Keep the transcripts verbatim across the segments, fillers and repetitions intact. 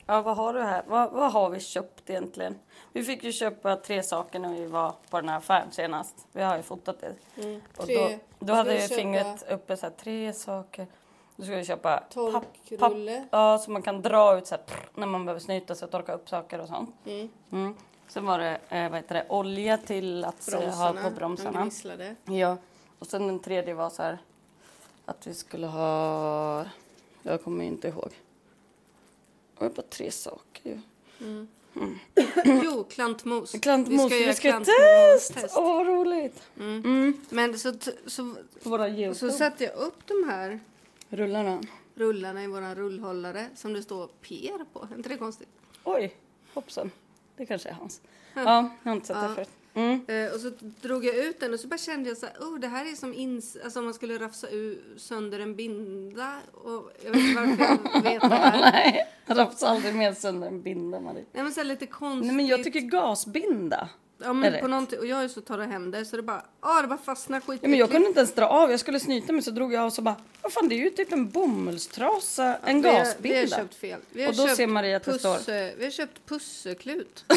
Ja, vad har du här? Vad, vad har vi köpt egentligen? Vi fick ju köpa tre saker när vi var på den här affären senast. Vi har ju fotat det. Mm. Och Tre. då, då hade vi jag köpa fingret uppe så här, tre saker. Då ska vi köpa torkrulle. Ja, så man kan dra ut så här, prr, när man behöver snyta sig och torka upp saker och sånt. Mm. Mm. Sen var det, eh, vad heter det, olja till att eh, ha på bromsarna. Ja, och sen den tredje var så här att vi skulle ha, jag kommer inte ihåg. Det var bara tre saker ju. Mm. Mm. Jo, klantmos. Klantmos. Vi ska göra vi ska test. test. Åh, vad roligt. Mm. Mm. Men så, så, Våra så satte jag upp de här rullarna. Rullarna i våra rullhållare som det står P R på. Är inte det konstigt? Oj, hoppsan. Det kanske är hans. Mm. Ja, jag har inte sett ja. det förut. Mm. Eh, och så drog jag ut den och så bara kände jag så här, oh, det här är som ins- alltså om man skulle rafsa u- sönder en binda. Och jag vet inte varför jag vet det här. Nej, jag rafsar aldrig med sönder en binda, Marie. Nej, men så här lite konstigt. Nej, men jag tycker gasbinda. Ja, men på någonting, och jag är så torra händer så det bara, ah, det bara fastnar skit. Ja, men jag kunde inte ens dra av, jag skulle snyta mig så drog jag av och så bara, vad fan, det är ju typ en bomullstrasa, en vi gasbinda. Har, vi har köpt fel. Vi har och då köpt ser Maria att det pusse, står. Vi har köpt pusseklut.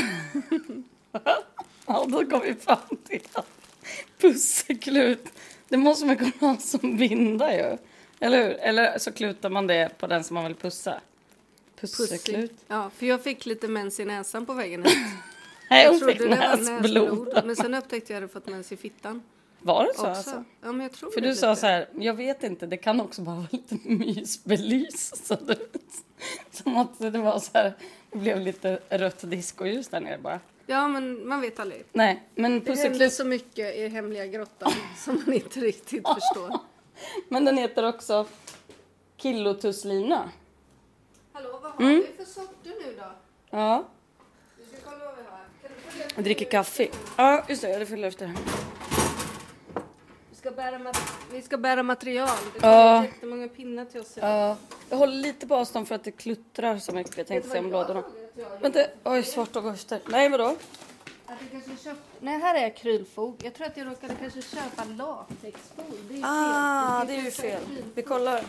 Ja, då kom vi fram till att pusseklut, det måste man kunna ha som binda ju. Eller hur? Eller så klutar man det på den som man vill pussa. Pusseklut. Ja, för jag fick lite mens i näsan på vägen hit. Nej, jag hon trodde fick det var näsblod. näsblod. Men sen upptäckte jag att jag hade fått mens i fittan. Var det så också. alltså? Ja, men jag tror För det du lite. sa så här, jag vet inte, det kan också bara vara lite mysbelys. Så det, som att det var så här, det blev lite rött discoljus där nere bara. Ja, men man vet aldrig. Nej, men det händer så mycket i hemliga grottan som man inte riktigt förstår. Men den heter också kilotusslina. Hallå, vad har mm. vi för sorter nu då? Ja. Vi ska kolla vad vi har. Kan du jag dricker kaffe. Ja, just det, jag fyller efter. Vi ska bära, mat- vi ska bära material. Det kommer ja. jättemånga pinnar till oss idag. Ja. Jag håller lite på avstånd för att det kluttrar så mycket. Jag tänkte se om lådorna. Vänta, oj, svart och guster. Nej, vadå? Att jag kanske köpt... Nej, här är akrylfog. Jag tror att jag råkade kanske köpa latexfog. Det är ah, fel. det är ju fel. Vi kollar.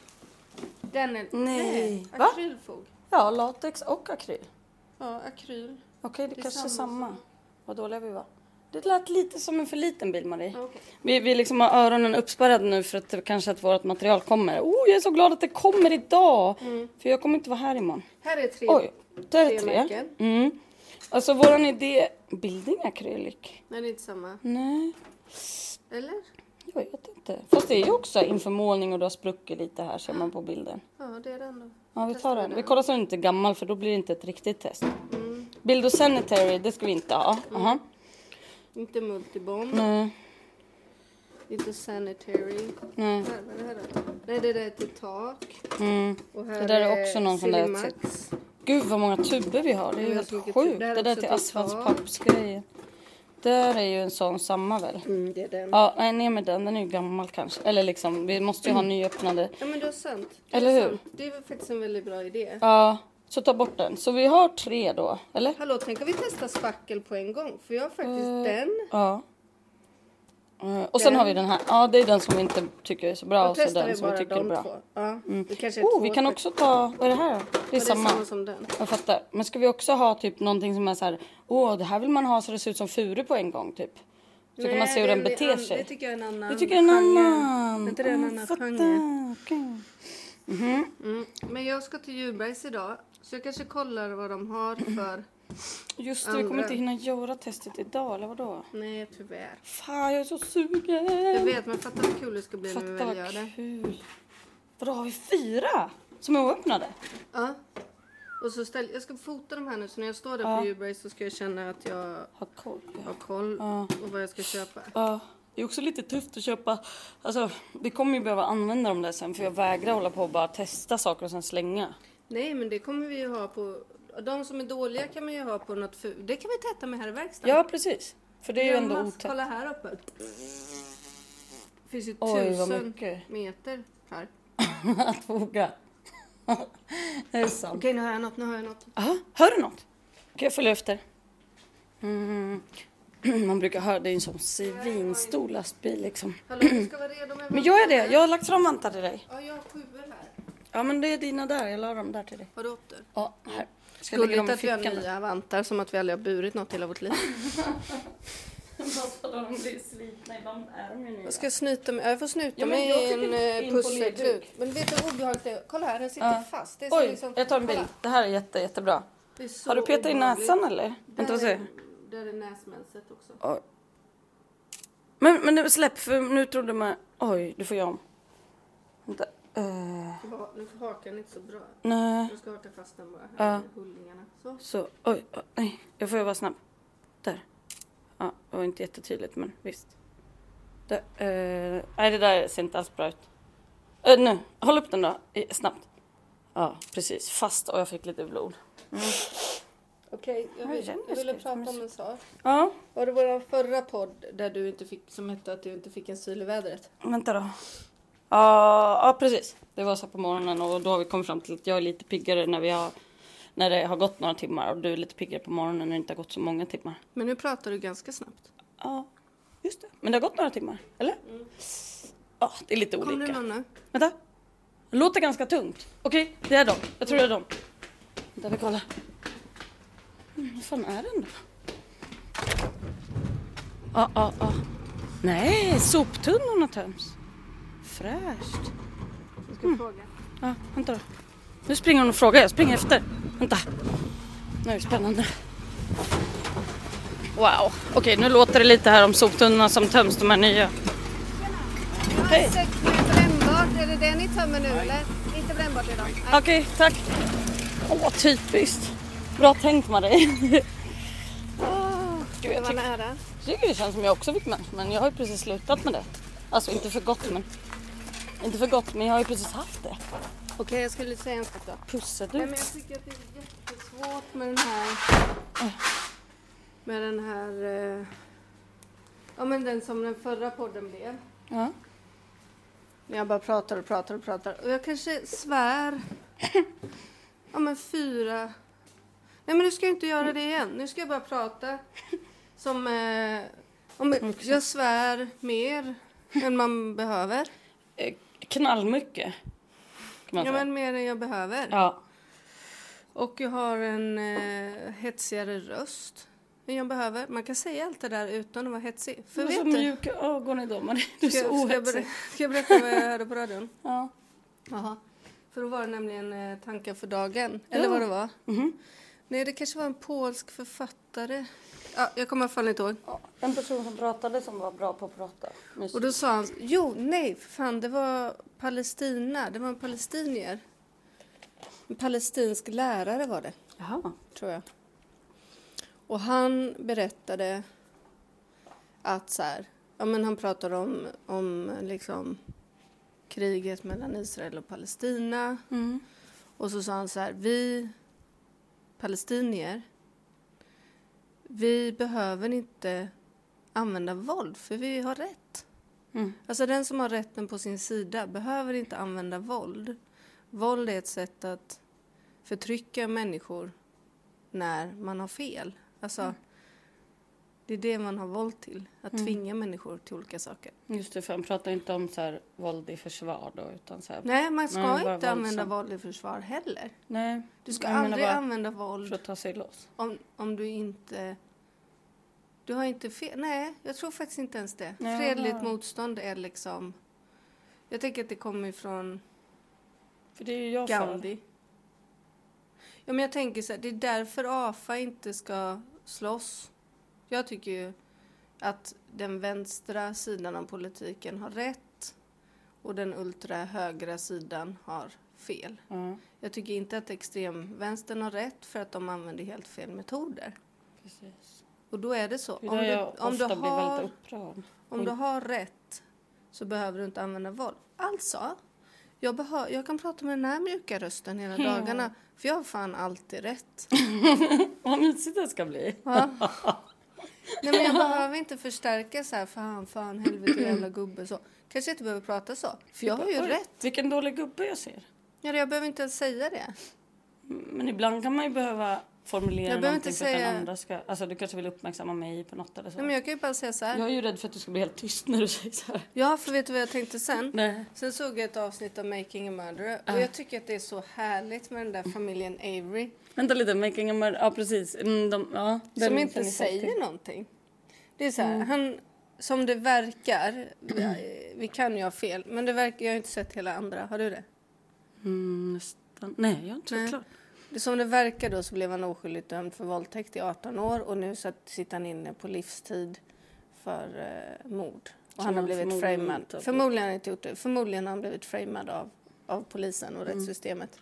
Den är... Nej. Nej. Akrylfog. Ja, latex och akryl. Ja, akryl. Okej, det, det kanske är samma. samma. Vad dåliga vi var. Det lät lite som en för liten bil, Marie. Okay. Vi, vi liksom har öronen uppspärrade nu för att det, kanske att vårt material kommer. Oh, jag är så glad att det kommer idag. Mm. För jag kommer inte vara här imorgon. Här är tre. Oj, där är tre. tre. Mm. Alltså våran idé... Building acrylic. Nej, det är inte samma. Nej. Eller? Jag vet inte. Fast det är ju också inför målning och du har spruckit lite här, ser man på bilden. Ja, det är den då. Ja, vi tar den. Vi kollar så den inte är gammal för då blir det inte ett riktigt test. Mm. Build och sanitary, det ska vi inte ha. Mm. Uh-huh. Inte multibond. Nej. Inte sanitary. Nej. Här, vad är det här då? Nej, det där är till tak. Mm. Och här det där är också någon sån där... Max. Gud vad många tuber vi har. Det är ju helt sjukt. Det, det där till asfaltpappsgrejen. Där är ju en sån samma väl? Mm, det är den. Ja, nej, ner med den. Den är ju gammal kanske. Eller liksom, vi måste ju ha nyöppnade. Ja, men det är sant. Det eller hur? Sant. Det är faktiskt en väldigt bra idé. Ja, så ta bort den. Så vi har tre då, eller? Hallå, tänk om vi testar spackel på en gång. För jag har faktiskt uh, den. Ja. Uh, och sen den. har vi den här. Ja, det är den som vi inte tycker är så bra. Och så den vi som vi tycker är bra. Två. Ja, mm. det kanske är oh, två vi kan också ta... Vad är det här då? Det är, ja, samma. det är samma som den. Jag fattar. Men ska vi också ha typ någonting som är så här... Åh, oh, det här vill man ha så det ser ut som furu på en gång typ. Så nej, kan man se hur den beter an, sig. Det tycker jag är en annan. Det tycker jag är en annan. Det är en annan genre. Okay. Mm-hmm. Mm. Men jag ska till Djurbergs idag. Så jag kanske kollar vad de har för... Just det, vi kommer inte hinna göra testet idag, eller vadå? Nej, tyvärr. Fan, jag är så sugen. Jag vet, men fatta vad kul det ska bli fatta när vi väl gör det. Kul. Vadå, har vi fyra som är oöppnade? Ja. Och så ställ, jag ska fota de här nu, så när jag står där ja. på Djurbergs så ska jag känna att jag har koll, ja. har koll ja. och vad jag ska köpa. Ja. Det är också lite tufft att köpa. Alltså, vi kommer ju behöva använda dem där sen, för jag vägrar hålla på och bara testa saker och sen slänga. Nej, men det kommer vi ju ha på... De som är dåliga kan man ju ha på något... För, det kan vi testa med här i verkstaden. Ja, precis. För det är ju ändå otäckt. Kolla här uppe. Det finns ju Oj, tusen meter här. Att foga. Det är sant. Okej, nu har jag något, nu har jag något. Aha, hör du något? Okej, jag följer efter. Mm. Man brukar höra, det är en sån svinstor lastbil liksom. Hallå, du ska vara redo med... Men jag är det, jag har lagt fram vantar till dig. Ja, jag har sjuor här. Ja, men det är dina där. Jag la dem där till dig. Har du åter? Ja, här. Ska jag lägga dem i fickan? Att vi har nya vantar som att vi aldrig har burit något hela vårt liv. De blir slitna, ibland är de ju nya. Jag ska snyta mig. Jag får snuta ja, mig i en pusselkluk. Men vet du obehagligt det? Kolla här, den sitter ja. fast. Det är Oj, liksom, jag tar en bild. Kolla. Det här är jätte, jättebra. Är har du petat i näsan eller? Där är, se. Där är näsmälset också. Oj. Men, men det släpp, för nu trodde man... Oj, du får göra om. Vänta. Uh. Nu får hakan inte så bra. Nej. Du ska haka fast den bara här ja. med hullingarna. Så. Så, oj, oj, nej. Jag får vara snabb. Där. Ja, det var inte jättetydligt, men visst. Det, uh, nej, det där ser inte alls bra ut. Uh, nu, håll upp den då, snabbt. Ja, precis. Fast och jag fick lite blod. Mm. Okej, okay, jag, vill, jag, jag ville prata om en sak. Ja. Var det vår förra podd där du inte fick, som hette att du inte fick en syl i vädret? Vänta då. Ja, ja, precis. Det var så på morgonen och då har vi kommit fram till att jag är lite piggare när vi har när det har gått några timmar och du är lite piggare på morgonen när det inte har gått så många timmar. Men nu pratar du ganska snabbt. Ja, just det. Men det har gått några timmar, eller? Mm. Ja, det är lite olika. Kommer det någon nu? Vänta. Det låter ganska tungt. Okej, det är de. Jag tror det är de. Vänta, vi kollar. Mm, vad fan är den då? Ja, ja, ja. Nej, soptunnorna töms. Fräscht. Jag ska mm. fråga. Ja, vänta då. Nu springer hon och frågar. Jag springer efter. Vänta. Nu är det spännande. Wow. Okej, nu låter det lite här om soptunnorna som töms, de här nya. Hej. sex meter brännbart. Är det det ni tömmer nu, eller? Inte brännbart idag. Okej, okay, tack. Åh, typiskt. Bra tänkt, Marie. Oh, Gud, jag tycker, nära. Jag tycker det känns som jag också fick mens, men jag har ju precis slutat med det. Alltså inte för gott, men inte för gott, men jag har ju precis haft det. Okej, okay, jag skulle säga en sak då. Pussar du? Nej, men jag tycker att det är jättesvårt med den här med den här eh, ja, men den som den förra podden blev. Ja. När jag bara pratar och pratar och pratar. Och jag kanske svär ja, men fyra. Nej, men nu ska jag inte göra det igen. Nu ska jag bara prata som eh, om jag svär mer än man behöver. Knallmycket. Ja, men mer än jag behöver. Ja. Och jag har en eh, hetsigare röst än jag behöver. Man kan säga allt det där utan att vara hetsig. För du vet så du? mjuka ögon idag, men du är så ohetsig. Ska jag, berätta, ska jag berätta vad jag hörde på radion? Ja. Jaha. För då var det nämligen eh, tankar för dagen. Eller vad det var. Mm-hmm. Nej, det kanske var en polsk författare. Ja, jag kommer fan inte ihåg. Ja, en person som pratade som var bra på att prata. Och då sa han, jo, nej, för fan, det var Palestina. Det var en palestinier. En palestinsk lärare var det. Jaha. Tror jag. Och han berättade att så här, ja men han pratade om, om liksom kriget mellan Israel och Palestina. Mm. Och så sa han så här, vi palestinier, vi behöver inte använda våld för vi har rätt. Mm. Alltså den som har rätten på sin sida behöver inte använda våld. Våld är ett sätt att förtrycka människor när man har fel. Alltså mm. det är det man har våld till. Att mm. tvinga människor till olika saker. Just det, för han pratar inte om så här våld i försvar då, utan så här. Nej, man ska man inte använda våld i försvar heller. Nej. Du ska aldrig använda våld för att ta sig loss. Om, om du inte... Du har inte fel. Nej, jag tror faktiskt inte ens det. Nej, Fredligt ja. motstånd är liksom... Jag tänker att det kommer ifrån för det är ju jag Gandhi. För. Ja, men jag tänker så här, det är därför A F A inte ska slåss. Jag tycker ju att den vänstra sidan av politiken har rätt och den ultrahögra sidan har fel. Mm. Jag tycker inte att extremvänstern har rätt för att de använder helt fel metoder. Precis. Och då är det så. Det om du, jag om ofta du blir har, väldigt upprörd. Om du har rätt så behöver du inte använda våld. Alltså, jag, behö- jag kan prata med den här mjuka rösten hela ja. dagarna. För jag har fan alltid rätt. Vad mysigt det ska bli. Ja. Nej, men jag behöver inte förstärka så här, fan, fan, helvete, jävla gubbe, så. Kanske inte behöver prata så. För jag har ju Oj, rätt. Vilken dålig gubbe jag ser. Ja, jag behöver inte ens säga det. Men ibland kan man ju behöva formulera någonting inte för säga... att den andra ska... Alltså du kanske vill uppmärksamma mig på något eller så. Nej, men jag kan ju bara säga så här. Jag är ju rädd för att du ska bli helt tyst när du säger så här. Ja, för vet du vad jag tänkte sen? Nej. Sen såg jag ett avsnitt av Making a Murderer. Uh. Och jag tycker att det är så härligt med den där familjen Avery. Vänta lite, Making a Murderer. Ja, precis. Mm, de, ja, som inte säger till. någonting. Det är så här, mm. han... Som det verkar, vi, vi kan ju ha fel, men det verkar, jag har inte sett hela andra. Har du det? Mm, nästan. Nej, jag har inte sett klart. Det som det verkar då så blev han oskyldigt dömd för våldtäkt i arton år och nu så sitter han inne på livstid för eh, mord. Och han har blivit framad. Förmodligen har han inte gjort det. Förmodligen har han blivit framad av, av polisen och mm. rättssystemet.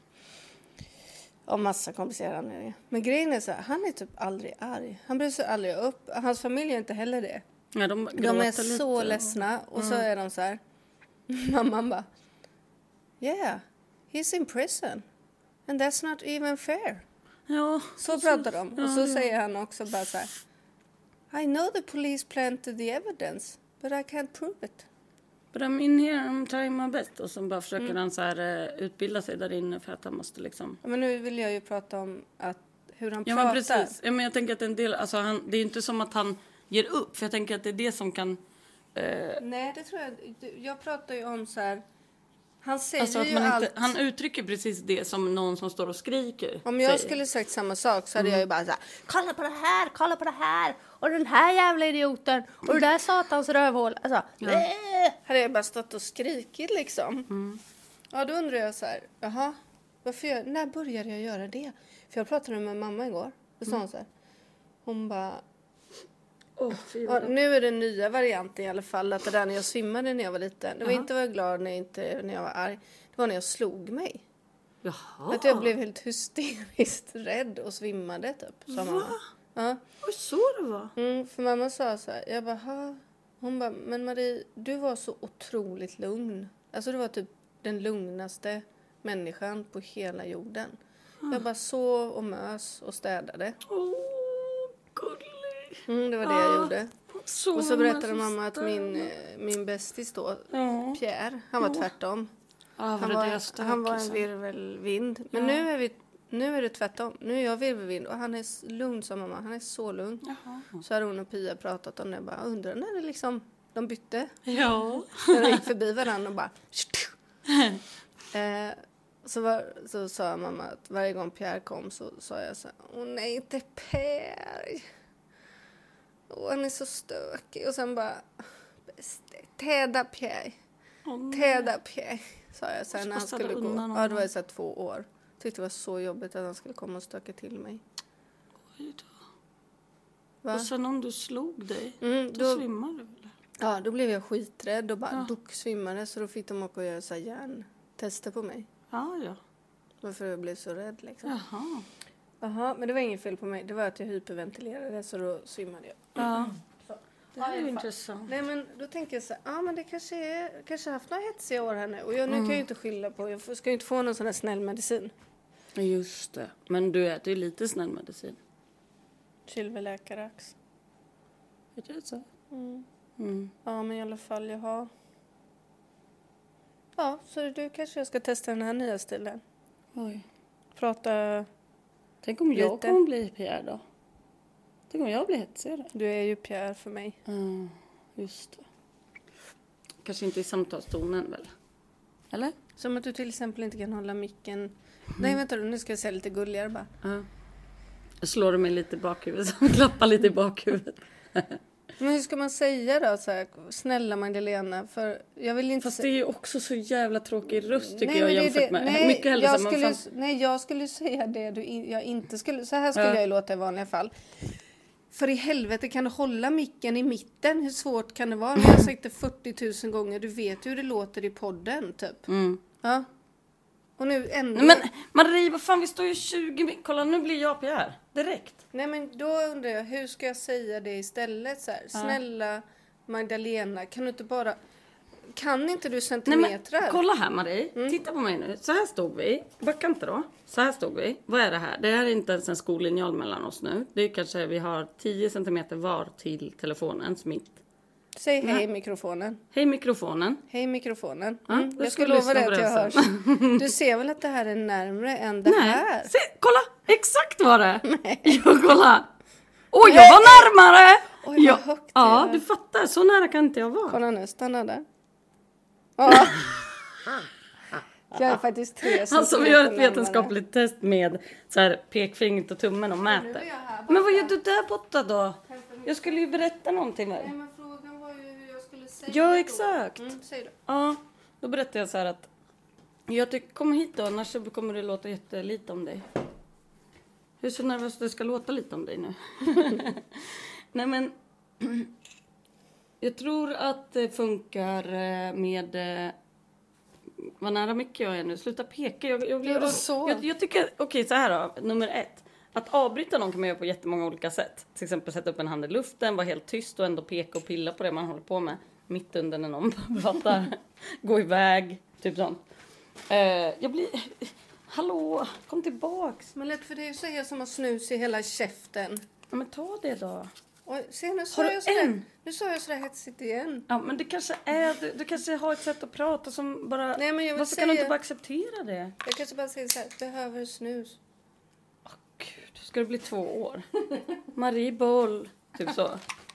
Och massa komplicerade anledningar. Men grejen är så här, han är typ aldrig arg. Han bryr sig aldrig upp. Hans familj är inte heller det. Ja, de, de är så lite. ledsna. Och mm. så är de så här. Mamman bara. Yeah, he's in prison. And that's not even fair. Ja. Så pratar de. Ja, och så ja. säger han också bara så här. I know the police planted the evidence. But I can't prove it. But I'm in here, I'm trying my best. Och så bara försöker mm. han så här, uh, utbilda sig där inne för att han måste liksom... Ja, men nu vill jag ju prata om att, hur han ja, pratar. Men precis. Ja, men jag tänker att en del... Alltså han, det är inte som att han ger upp. För jag tänker att det är det som kan... Uh... Nej, det tror jag... Jag pratar ju om så här... Han säger alltså att ju man allt... inte, han uttrycker precis det som någon som står och skriker. Om jag säger. skulle sagt samma sak så hade mm. jag ju bara så här, kolla på det här, kolla på det här. Och den här jävla idioten. Och det där satans rövhål. Alltså, ja. äh, hade jag bara stått och skrikit liksom. Mm. Ja, då undrar jag så här, jaha, varför jag, när började jag göra det? För jag pratade med mamma igår. Och sa hon så här, hon bara... Oh, ja, nu är det nya varianten i alla fall. Att det där när jag svimmade när jag var liten. Det var uh-huh. inte var jag glad när jag, inte, när jag var arg. Det var när jag slog mig. Jaha. Att jag blev helt hysteriskt rädd och svimmade typ. Sa mamma. Ja. Vad så det var? Mm, för mamma sa så här. Jag bara, ha. Hon bara, men Marie, du var så otroligt lugn. Alltså du var typ den lugnaste människan på hela jorden. Uh. Jag bara sov och mös och städade. Åh, oh, gullig. Mm, det var det ah, jag gjorde. Så och så berättade mamma att min, min bästis då, ja. Pierre, han var ja. tvärtom. Ah, han, var, var, han var en virvelvind. Men ja. nu, är vi, nu är det tvärtom. Nu är jag virvelvind och han är lugn som mamma. Han är så lugn. Jaha. Så har hon och Pia pratat om det. Bara undrar när det liksom, de bytte. Ja. När de gick förbi varandra och bara... eh, så, var, så sa mamma att varje gång Pierre kom så sa jag så här, åh nej, inte Pierre. Och han är så stökig. Och sen bara... Täda Pierre. Oh, Täda Pierre. Sa jag sen när han skulle gå. Ja, det var så här två år. Tyckte det var så jobbigt att han skulle komma och stöka till mig. Oj då. Va? Och sen om du slog dig, mm, då, då svimmade du väl? Ja, då blev jag skiträdd och bara ja. Dock svimmade. Så då fick de åka och göra så här hjärntester på mig. Ja, ja. Varför jag blev så rädd liksom. Jaha. Jaha, men det var inget fel på mig. Det var att jag hyperventilerade så då svimmade jag. Ja. Så. Det är ju intressant. Nej, men då tänker jag så här, ja men det kanske är, kanske haft några hetsiga år här nu. Och jag, nu mm. kan jag ju inte skylla på, jag ska ju inte få någon sån här snäll medicin. Just det. Men du äter ju lite snäll medicin. Silverläkarax. Vet du det så? Mm. Mm. Ja, men i alla fall jag har... Ja, så du kanske jag ska testa den här nya stilen. Oj. Prata... Tänk om jag lite. kommer bli Pierre då. Tänk om jag blir hetsigare. Du är ju Pierre för mig. Mm, just det. Kanske inte i samtalstonen väl? Eller? Som att du till exempel inte kan hålla micken. Mm. Nej, vänta nu ska jag säga lite gulligare bara. Mm. Jag slår mig lite i bakhuvudet. Klappar lite i bakhuvudet. Men hur ska man säga då? Så här, snälla Magdalena. För jag vill inte Fast det är ju också så jävla tråkig röst tycker nej, jag jämfört det, med. Nej, mycket jag skulle, fan... nej, jag skulle säga det du in, jag inte skulle. Så här skulle ja. jag låta i vanliga fall. För i helvete kan du hålla micken i mitten? Hur svårt kan det vara? Jag har sagt det fyrtio tusen gånger. Du vet hur det låter i podden typ. Mm. Ja. Och nu ändå... Nej, men Marie, vad fan, vi står ju tjugo... Kolla, nu blir jag Pierre. Direkt. Nej, men då undrar jag, hur ska jag säga det istället? Så här, ja. Snälla Magdalena, kan du inte bara... Kan inte du centimetrar? Nej, men, kolla här Marie, mm. titta på mig nu. Så här stod vi. Backa inte då. Så här stod vi. Vad är det här? Det här är inte ens en skollinjal mellan oss nu. Det är kanske vi har tio centimeter var till telefonens mitt. Säg hej Nej. mikrofonen. Hej mikrofonen. Hej mikrofonen. Mm. Mm. Jag ska lova dig att jag hörs. Du ser väl att det här är närmare än det Nej. här? Se, kolla! Exakt var det. Nej. Jag kolla. Oj, jag var närmare. Oj, vad högt det Ja, är. du fattar. Så nära kan inte jag vara. Kolla nu, stanna där. Ja. Jag är faktiskt tre Alltså vi gör ett vetenskapligt test med så här pekfingret och tummen och mäter. Men vad gör du där borta då? Jag skulle ju berätta någonting väl? Nej, men frågan var ju hur jag skulle säga. Ja, exakt. Mm, säg det. Ja, då berättade jag så här att jag tycker, kom hit då, annars så kommer det låta jättelite om dig. Jag är så nervös att det ska låta lite om dig nu. Nej men, jag tror att det funkar med, vad nära mycket jag är nu, sluta peka. Jag, jag, Gör du så? Jag, jag tycker, okej okay, så här då, nummer ett. Att avbryta någon kan man göra på jättemånga olika sätt. Till exempel sätta upp en hand i luften, vara helt tyst och ändå peka och pilla på det man håller på med. Mitt under när någon pratar. Gå iväg, typ sånt. Uh, jag blir... Hallå, kom tillbaks. Men lätt för det är ju så här som har snus i hela käften. Ja, men ta det då. Oj, se, nu sa jag sådär, nu sa jag sådär hetsigt igen. Ja, men det kanske är... Du, du kanske har ett sätt att prata som bara... Nej, men jag vill varför säga, kan du inte bara acceptera det? Jag kanske bara säger såhär, behöver snus. Åh, oh, gud. Ska det bli två år? Marie Boll. Typ så.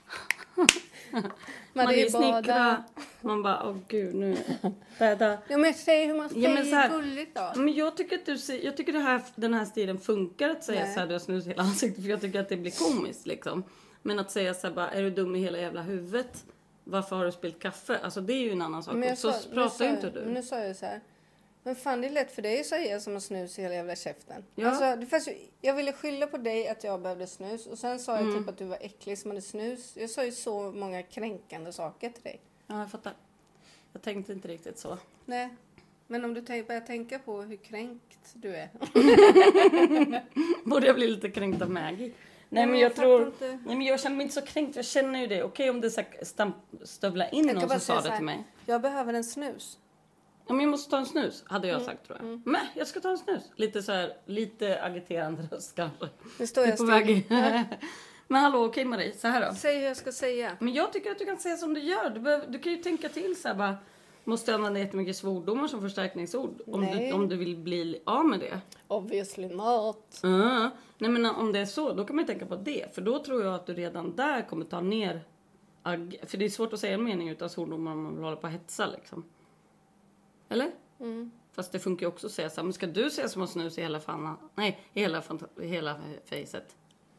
Marie, Marie Snickra. Man bara, åh oh, gud, nu. Bäda. Ja, men säg hur man säger, ja, men så här, gulligt då. Men jag tycker att du säger, jag tycker det här, den här stilen funkar att säga Nej. så här, du har snus i hela ansiktet. För jag tycker att det blir komiskt liksom. Men att säga så här bara, är du dum i hela jävla huvudet? Varför har du spilt kaffe? Alltså det är ju en annan sak. Men så sa, pratar ju sa, inte du. Nu sa jag så här. Men fan, det är lätt för dig att säga som har snus i hela jävla käften. Ja. Alltså, det fanns ju, jag ville skylla på dig att jag behövde snus. Och sen sa jag mm. typ att du var äcklig som hade snus. Jag sa ju så många kränkande saker till dig. Ja, jag fattar. Jag tänkte inte riktigt så. Nej. Men om du tänk, börjar tänka på hur kränkt du är. Borde jag bli lite kränkt av Maggie? Nej, men jag, jag tror... Inte. Nej, men jag känner mig inte så kränkt. Jag känner ju det. Okej om det så stamp, stövlar in någon som sa det här, till mig. Jag behöver en snus. Ja, men jag måste ta en snus, hade jag mm. sagt tror jag. Mm. Men jag ska ta en snus. Lite så här, lite agiterande röst kanske. Det står jag på väg. Ja. Men hallå, okej Marie, så här då. Säg hur jag ska säga. Men jag tycker att du kan säga som du gör. Du, behöver, du kan ju tänka till så här bara. Måste jag använda jättemycket svordomar som förstärkningsord? Om du, om du vill bli av med det. Obviously not. Uh, nej men om det är så, då kan man ju tänka på det. För då tror jag att du redan där kommer ta ner. Ag- för det är svårt att säga en mening utan svordomar om man vill hålla på att hetsa liksom. Eller? Mm. Fast det funkar ju också att säga så här. Men ska du säga som att snus i hela fanna? Nej, i hela, fanta- hela facet.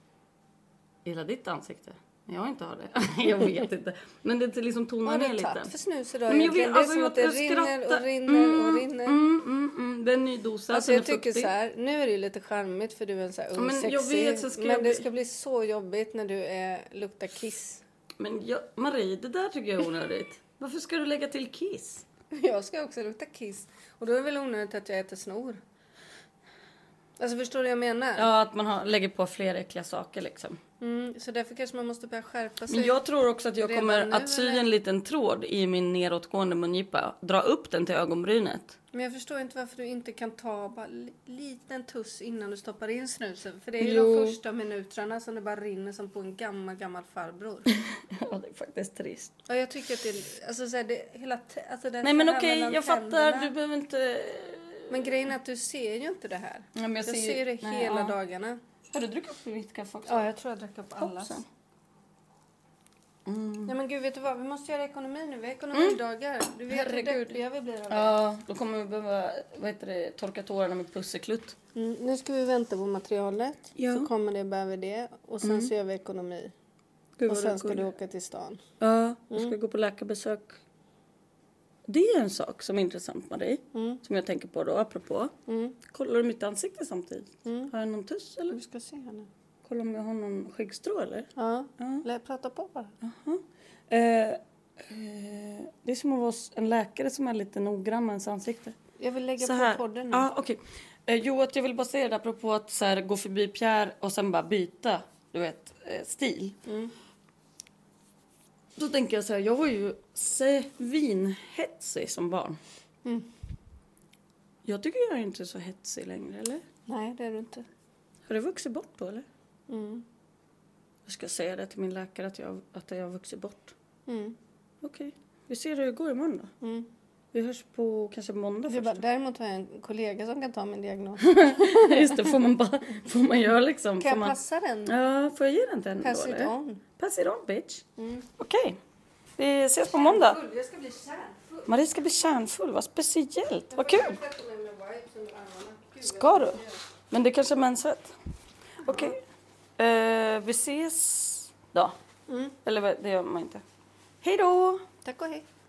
I hela ditt ansikte. Jag inte har det. Jag vet inte. Men det är liksom tonar ner lite. Har du tagit för snus idag? Men jag vet, det är alltså, som jag, att det jag rinner skrattar. och rinner mm, och rinner. Mm, mm, mm. Det är en ny dosa. Alltså jag tycker så här. Nu är det ju lite charmigt för du är en så här ung, men sexig. jag vet, så ska men jag det bli... ska bli så jobbigt när du är, luktar kiss. Men jag, Marie, det där tycker jag är onödigt. Varför ska du lägga till kiss? Jag ska också lukta kiss. Och då är det väl onödigt att jag äter snor. Alltså förstår du vad jag menar? Ja, att man har, lägger på fler äckliga saker liksom. Mm, så därför kanske man måste börja skärpa sig. Men jag tror också att jag kommer nu, att sy eller? en liten tråd i min nedåtgående mungipa. Dra upp den till ögonbrynet. Men jag förstår inte varför du inte kan ta bara en liten tuss innan du stoppar in snusen. För det är ju Jo. de första minuterna som det bara rinner som på en gammal, gammal farbror. Ja, det är faktiskt trist. Ja, jag tycker att det, alltså, så här, det hela t- alltså, det Nej, men här okej, mellan jag tänderna. fattar. Du behöver inte... Men grejen är att du ser ju inte det här. Ja, men jag jag ser, ser det nej, hela ja. dagarna. Har du druckit upp mitt kaffe också? Ja, jag tror jag drack upp alla. Mm. Nej men gud, vet du vad? Vi måste göra ekonomi nu. Vi har ekonomidagar. Mm. Du vet Herregud. hur deppiga vi blir av det. Ja, då kommer vi behöva vad heter det, torka tårarna med pusseklutt. Mm. Nu ska vi vänta på materialet. Ja. Så kommer det behöver det. Och sen Mm. så gör vi ekonomi. Gud, och vad sen det ska går. du åka till stan. Ja, jag ska Mm. gå på läkarbesök. Det är en sak som är intressant med dig. Mm. Som jag tänker på då, apropå. Mm. Kollar du mitt ansikte samtidigt? Mm. Har jag någon tuss eller? Vi ska se här nu. Kolla om jag har någon skäggstrå eller? Ja, Ja. Lär prata på bara. Aha. Eh, eh, det är som att vara en läkare som är lite noggrann med ens ansikte. Jag vill lägga Så på här. podden nu. Ja, okej. Eh, jo, att jag vill bara säga det apropå att så här, gå förbi Pierre och sen bara byta, du vet, eh, stil. Mm. Då tänker jag så här, jag var ju svinhetsig som barn. Mm. Jag tycker jag är inte så hetsig längre, eller? Nej, det är du inte. Har det vuxit bort då, eller? Mm. Jag ska säga det till min läkare att jag, att jag har vuxit bort. Mm. Okej, vi ser hur det går imorgon då. Mm. Vi hörs på kanske måndag först. Bara, däremot har jag en kollega som kan ta min diagnos. Just det, får man bara, får man göra liksom. Kan jag man, passa den? Ja, får jag ge den till henne Pass då? it on. Pass it on, bitch. Mm. Okej, okay. Vi ses på måndag. Jag ska bli kärnfull. Marie ska bli kärnfull, vad speciellt. Vad kul. Ska du? Men det kanske är mensrätt. Okej. Okay. Uh, vi ses då. Mm. Eller det gör man inte. Hej då! Tack och hej.